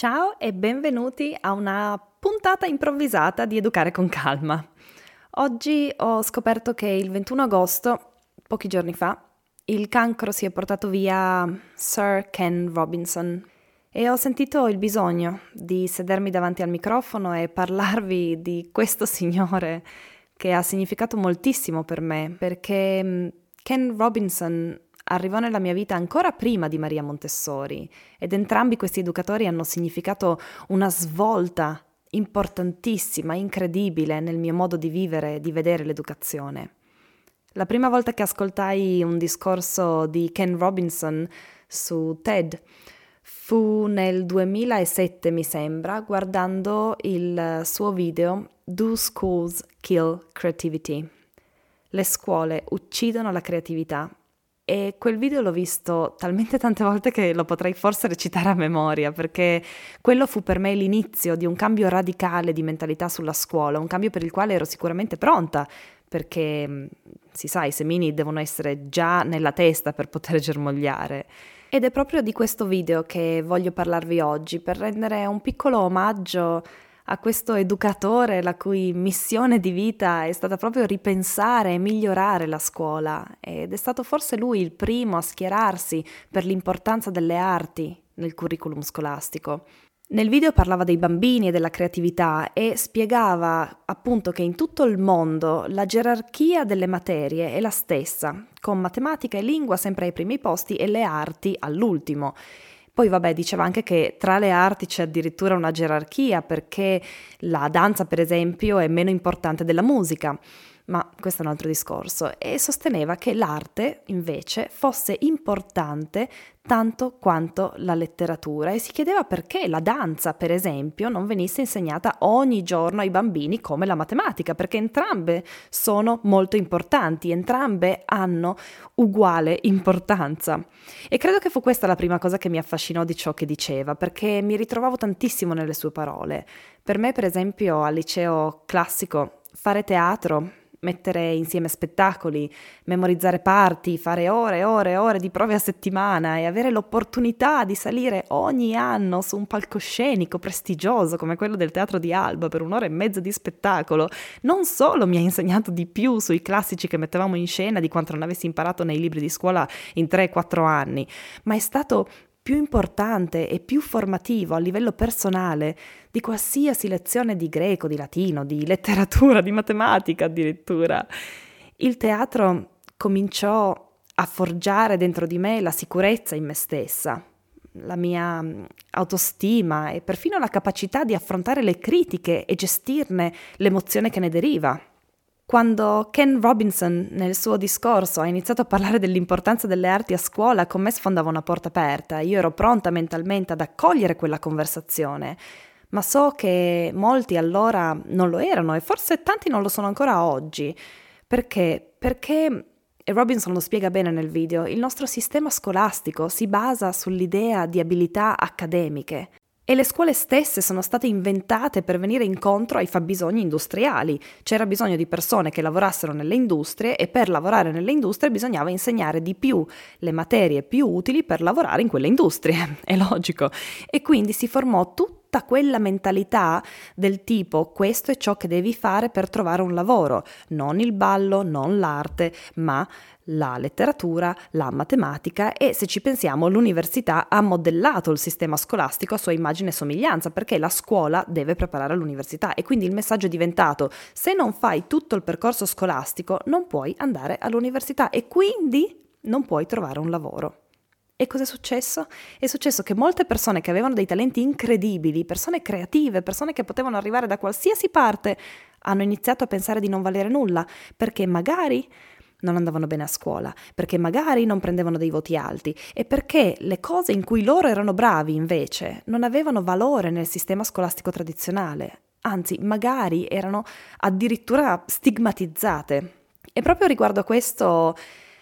Ciao e benvenuti a una puntata improvvisata di Educare con Calma. Oggi ho scoperto che il 21 agosto, pochi giorni fa, il cancro si è portato via Sir Ken Robinson e ho sentito il bisogno di sedermi davanti al microfono e parlarvi di questo signore che ha significato moltissimo per me, perché Ken Robinson arrivò nella mia vita ancora prima di Maria Montessori ed entrambi questi educatori hanno significato una svolta importantissima, incredibile nel mio modo di vivere e di vedere l'educazione. La prima volta che ascoltai un discorso di Ken Robinson su TED fu nel 2007, mi sembra, guardando il suo video Do Schools Kill Creativity? Le scuole uccidono la creatività. E quel video l'ho visto talmente tante volte che lo potrei forse recitare a memoria, perché quello fu per me l'inizio di un cambio radicale di mentalità sulla scuola, un cambio per il quale ero sicuramente pronta, perché si sa, i semini devono essere già nella testa per poter germogliare. Ed è proprio di questo video che voglio parlarvi oggi, per rendere un piccolo omaggio a questo educatore la cui missione di vita è stata proprio ripensare e migliorare la scuola, ed è stato forse lui il primo a schierarsi per l'importanza delle arti nel curriculum scolastico. Nel video parlava dei bambini e della creatività e spiegava appunto che in tutto il mondo la gerarchia delle materie è la stessa, con matematica e lingua sempre ai primi posti e le arti all'ultimo. Poi diceva anche che tra le arti c'è addirittura una gerarchia, perché la danza, per esempio, è meno importante della musica, ma questo è un altro discorso, e sosteneva che l'arte, invece, fosse importante tanto quanto la letteratura, e si chiedeva perché la danza, per esempio, non venisse insegnata ogni giorno ai bambini come la matematica, perché entrambe sono molto importanti, entrambe hanno uguale importanza. E credo che fu questa la prima cosa che mi affascinò di ciò che diceva, perché mi ritrovavo tantissimo nelle sue parole. Per me, per esempio, al liceo classico, fare teatro, mettere insieme spettacoli, memorizzare parti, fare ore e ore e ore di prove a settimana e avere l'opportunità di salire ogni anno su un palcoscenico prestigioso come quello del Teatro di Alba per 1 ora e mezza di spettacolo, non solo mi ha insegnato di più sui classici che mettevamo in scena di quanto non avessi imparato nei libri di scuola in 3-4 anni, ma è stato più importante e più formativo a livello personale di qualsiasi lezione di greco, di latino, di letteratura, di matematica addirittura. Il teatro cominciò a forgiare dentro di me la sicurezza in me stessa, la mia autostima e perfino la capacità di affrontare le critiche e gestirne l'emozione che ne deriva. Quando Ken Robinson nel suo discorso ha iniziato a parlare dell'importanza delle arti a scuola, con me sfondava una porta aperta. Io ero pronta mentalmente ad accogliere quella conversazione, ma so che molti allora non lo erano e forse tanti non lo sono ancora oggi. Perché? Perché, e Robinson lo spiega bene nel video, il nostro sistema scolastico si basa sull'idea di abilità accademiche. E le scuole stesse sono state inventate per venire incontro ai fabbisogni industriali. C'era bisogno di persone che lavorassero nelle industrie e per lavorare nelle industrie bisognava insegnare di più le materie più utili per lavorare in quelle industrie, è logico. E quindi si formò tutta quella mentalità del tipo questo è ciò che devi fare per trovare un lavoro, non il ballo, non l'arte, ma la letteratura, la matematica e, se ci pensiamo, l'università ha modellato il sistema scolastico a sua immagine e somiglianza, perché la scuola deve preparare all'università e quindi il messaggio è diventato: se non fai tutto il percorso scolastico non puoi andare all'università e quindi non puoi trovare un lavoro. E cosa è successo? È successo che molte persone che avevano dei talenti incredibili, persone creative, persone che potevano arrivare da qualsiasi parte, hanno iniziato a pensare di non valere nulla, perché magari non andavano bene a scuola, perché magari non prendevano dei voti alti e perché le cose in cui loro erano bravi invece non avevano valore nel sistema scolastico tradizionale, anzi magari erano addirittura stigmatizzate. E proprio riguardo a questo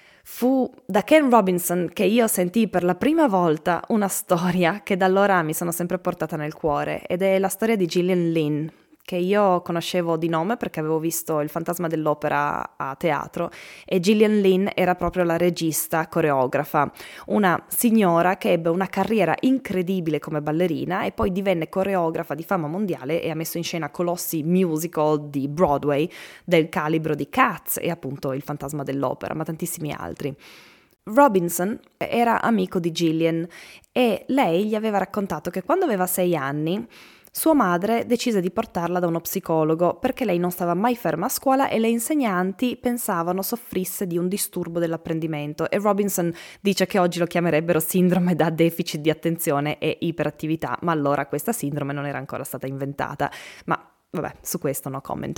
fu da Ken Robinson che io sentii per la prima volta una storia che da allora mi sono sempre portata nel cuore, ed è la storia di Gillian Lynn, che io conoscevo di nome perché avevo visto Il Fantasma dell'Opera a teatro, e Gillian Lynne era proprio la regista coreografa, una signora che ebbe una carriera incredibile come ballerina e poi divenne coreografa di fama mondiale e ha messo in scena colossi musical di Broadway del calibro di Cats e appunto Il Fantasma dell'Opera, ma tantissimi altri. Robinson era amico di Gillian e lei gli aveva raccontato che quando aveva 6 anni sua madre decise di portarla da uno psicologo perché lei non stava mai ferma a scuola e le insegnanti pensavano soffrisse di un disturbo dell'apprendimento, e Robinson dice che oggi lo chiamerebbero sindrome da deficit di attenzione e iperattività, ma allora questa sindrome non era ancora stata inventata. Ma vabbè, su questo no comment.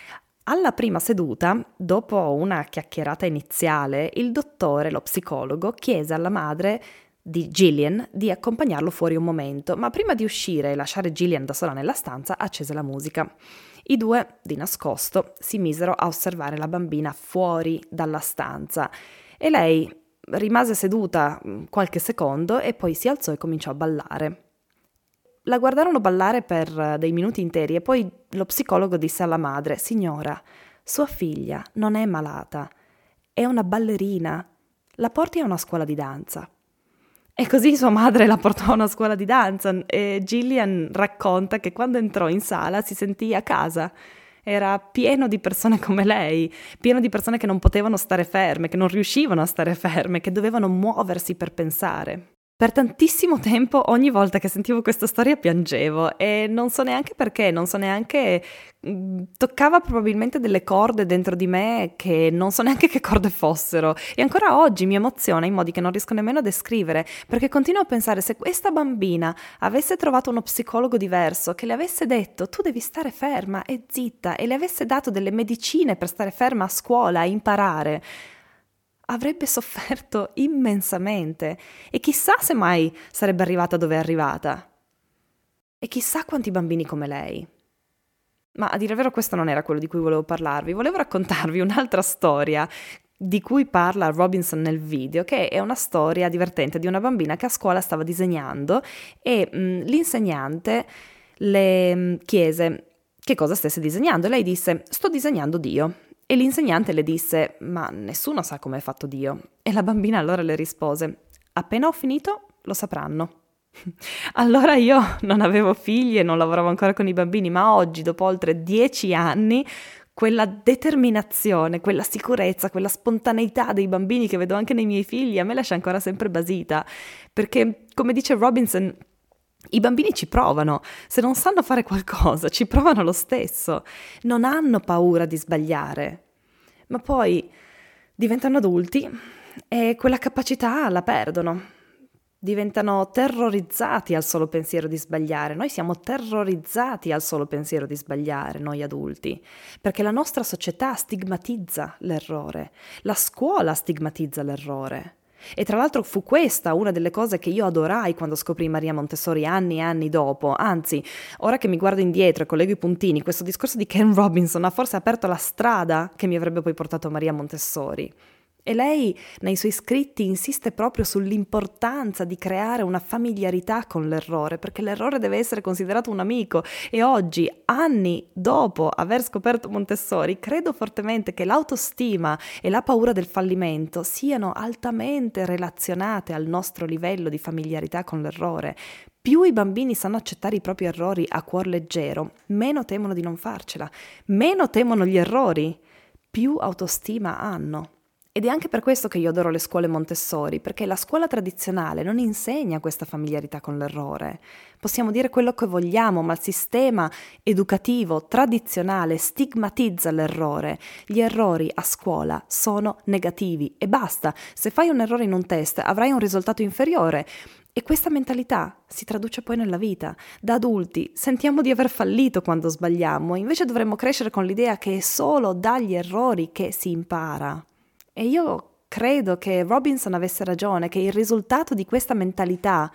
Alla prima seduta, dopo una chiacchierata iniziale, il dottore, lo psicologo, chiese alla madre di Gillian di accompagnarlo fuori un momento, ma prima di uscire e lasciare Gillian da sola nella stanza accese la musica. I due, di nascosto, si misero a osservare la bambina fuori dalla stanza e lei rimase seduta qualche secondo e poi si alzò e cominciò a ballare. La guardarono ballare per dei minuti interi e poi lo psicologo disse alla madre: «Signora, sua figlia non è malata, è una ballerina, la porti a una scuola di danza». E così sua madre la portò a una scuola di danza e Gillian racconta che quando entrò in sala si sentì a casa. Era pieno di persone come lei, pieno di persone che non potevano stare ferme, che non riuscivano a stare ferme, che dovevano muoversi per pensare. Per tantissimo tempo, ogni volta che sentivo questa storia piangevo e non so neanche perché, non so neanche... toccava probabilmente delle corde dentro di me che non so neanche che corde fossero, e ancora oggi mi emoziona in modi che non riesco nemmeno a descrivere, perché continuo a pensare: se questa bambina avesse trovato uno psicologo diverso che le avesse detto tu devi stare ferma e zitta e le avesse dato delle medicine per stare ferma a scuola, a imparare, avrebbe sofferto immensamente e chissà se mai sarebbe arrivata dove è arrivata. E chissà quanti bambini come lei. Ma a dire il vero questo non era quello di cui volevo parlarvi, volevo raccontarvi un'altra storia di cui parla Robinson nel video, che è una storia divertente di una bambina che a scuola stava disegnando e l'insegnante le chiese che cosa stesse disegnando e lei disse: «Sto disegnando Dio». E l'insegnante le disse: «Ma nessuno sa come è fatto Dio». E la bambina allora le rispose: «Appena ho finito lo sapranno». Allora io non avevo figli e non lavoravo ancora con i bambini, ma oggi, dopo oltre 10 anni, quella determinazione, quella sicurezza, quella spontaneità dei bambini che vedo anche nei miei figli a me lascia ancora sempre basita, perché, come dice Robinson, i bambini ci provano, se non sanno fare qualcosa ci provano lo stesso, non hanno paura di sbagliare, ma poi diventano adulti e quella capacità la perdono, diventano terrorizzati al solo pensiero di sbagliare. Noi siamo terrorizzati al solo pensiero di sbagliare, noi adulti, perché la nostra società stigmatizza l'errore, la scuola stigmatizza l'errore. E tra l'altro fu questa una delle cose che io adorai quando scoprì Maria Montessori anni e anni dopo. Anzi, ora che mi guardo indietro e collego i puntini, questo discorso di Ken Robinson ha forse aperto la strada che mi avrebbe poi portato a Maria Montessori. E lei nei suoi scritti insiste proprio sull'importanza di creare una familiarità con l'errore, perché l'errore deve essere considerato un amico. E oggi, anni dopo aver scoperto Montessori, credo fortemente che l'autostima e la paura del fallimento siano altamente relazionate al nostro livello di familiarità con l'errore. Più i bambini sanno accettare i propri errori a cuor leggero, meno temono di non farcela, meno temono gli errori, più autostima hanno. Ed è anche per questo che io adoro le scuole Montessori, perché la scuola tradizionale non insegna questa familiarità con l'errore. Possiamo dire quello che vogliamo, ma il sistema educativo tradizionale stigmatizza l'errore. Gli errori a scuola sono negativi e basta. Se fai un errore in un test avrai un risultato inferiore. E questa mentalità si traduce poi nella vita. Da adulti sentiamo di aver fallito quando sbagliamo, invece dovremmo crescere con l'idea che è solo dagli errori che si impara. E io credo che Robinson avesse ragione, che il risultato di questa mentalità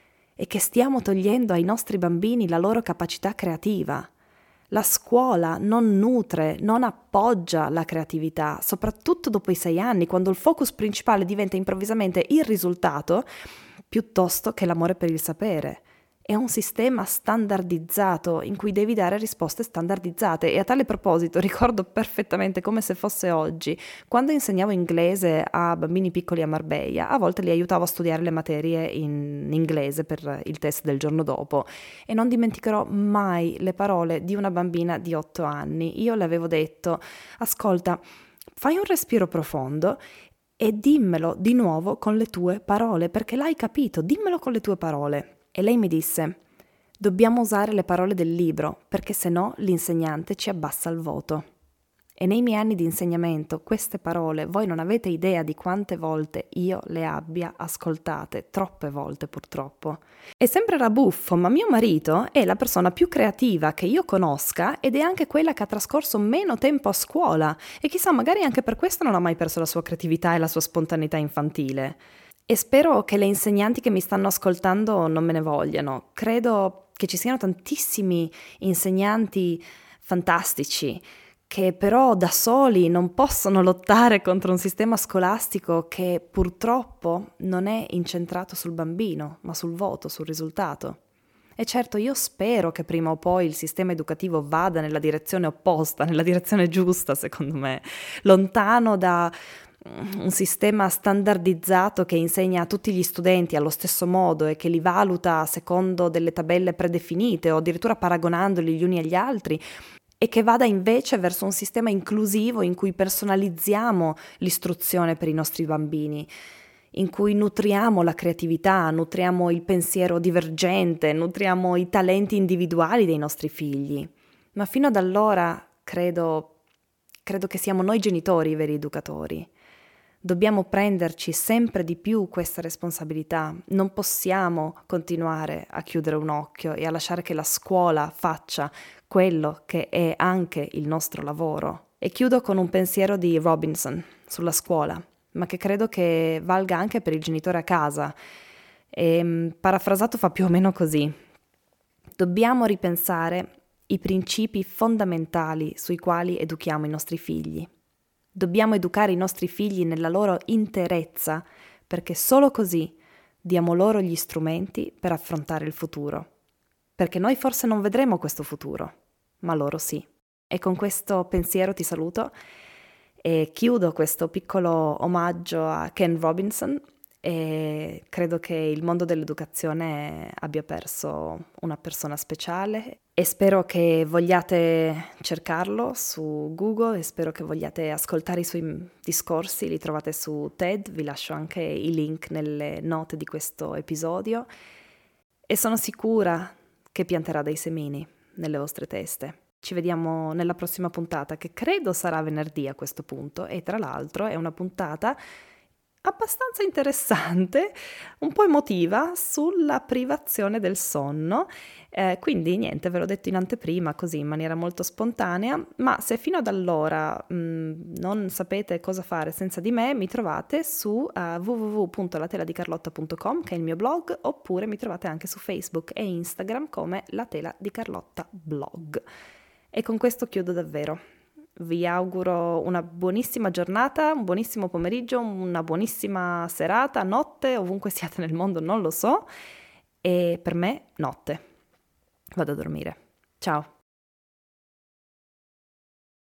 è che stiamo togliendo ai nostri bambini la loro capacità creativa. La scuola non nutre, non appoggia la creatività, soprattutto dopo i 6 anni, quando il focus principale diventa improvvisamente il risultato, piuttosto che l'amore per il sapere. È un sistema standardizzato in cui devi dare risposte standardizzate e a tale proposito ricordo perfettamente come se fosse oggi, quando insegnavo inglese a bambini piccoli a Marbella, a volte li aiutavo a studiare le materie in inglese per il test del giorno dopo e non dimenticherò mai le parole di una bambina di 8 anni. Io le avevo detto: ascolta, fai un respiro profondo e dimmelo di nuovo con le tue parole, perché l'hai capito, dimmelo con le tue parole. E lei mi disse: dobbiamo usare le parole del libro, perché se no l'insegnante ci abbassa il voto. E nei miei anni di insegnamento queste parole voi non avete idea di quante volte io le abbia ascoltate, troppe volte purtroppo. E sembrerà buffo, ma mio marito è la persona più creativa che io conosca ed è anche quella che ha trascorso meno tempo a scuola e chissà, magari anche per questo non ha mai perso la sua creatività e la sua spontaneità infantile. E spero che le insegnanti che mi stanno ascoltando non me ne vogliano. Credo che ci siano tantissimi insegnanti fantastici che però da soli non possono lottare contro un sistema scolastico che purtroppo non è incentrato sul bambino, ma sul voto, sul risultato. E certo, io spero che prima o poi il sistema educativo vada nella direzione opposta, nella direzione giusta, secondo me, lontano da un sistema standardizzato che insegna a tutti gli studenti allo stesso modo e che li valuta secondo delle tabelle predefinite o addirittura paragonandoli gli uni agli altri, e che vada invece verso un sistema inclusivo in cui personalizziamo l'istruzione per i nostri bambini, in cui nutriamo la creatività, nutriamo il pensiero divergente, nutriamo i talenti individuali dei nostri figli. Ma fino ad allora credo che siamo noi genitori i veri educatori. Dobbiamo prenderci sempre di più questa responsabilità. Non possiamo continuare a chiudere un occhio e a lasciare che la scuola faccia quello che è anche il nostro lavoro. E chiudo con un pensiero di Robinson sulla scuola, ma che credo che valga anche per il genitore a casa. E, parafrasato fa più o meno così: dobbiamo ripensare i principi fondamentali sui quali educhiamo i nostri figli. Dobbiamo educare i nostri figli nella loro interezza, perché solo così diamo loro gli strumenti per affrontare il futuro. Perché noi forse non vedremo questo futuro, ma loro sì. E con questo pensiero ti saluto e chiudo questo piccolo omaggio a Ken Robinson e credo che il mondo dell'educazione abbia perso una persona speciale e spero che vogliate cercarlo su Google e spero che vogliate ascoltare i suoi discorsi, li trovate su TED, vi lascio anche i link nelle note di questo episodio e sono sicura che pianterà dei semini nelle vostre teste. Ci vediamo nella prossima puntata, che credo sarà venerdì a questo punto, e tra l'altro è una puntata abbastanza interessante, un po' emotiva, sulla privazione del sonno, quindi niente, ve l'ho detto in anteprima così in maniera molto spontanea, ma se fino ad allora non sapete cosa fare senza di me, mi trovate su www.lateladicarlotta.com, che è il mio blog, oppure mi trovate anche su Facebook e Instagram come La Tela di Carlotta Blog. E con questo chiudo davvero. Vi auguro una buonissima giornata, un buonissimo pomeriggio, una buonissima serata, notte, ovunque siate nel mondo, non lo so. E per me, notte. Vado a dormire. Ciao.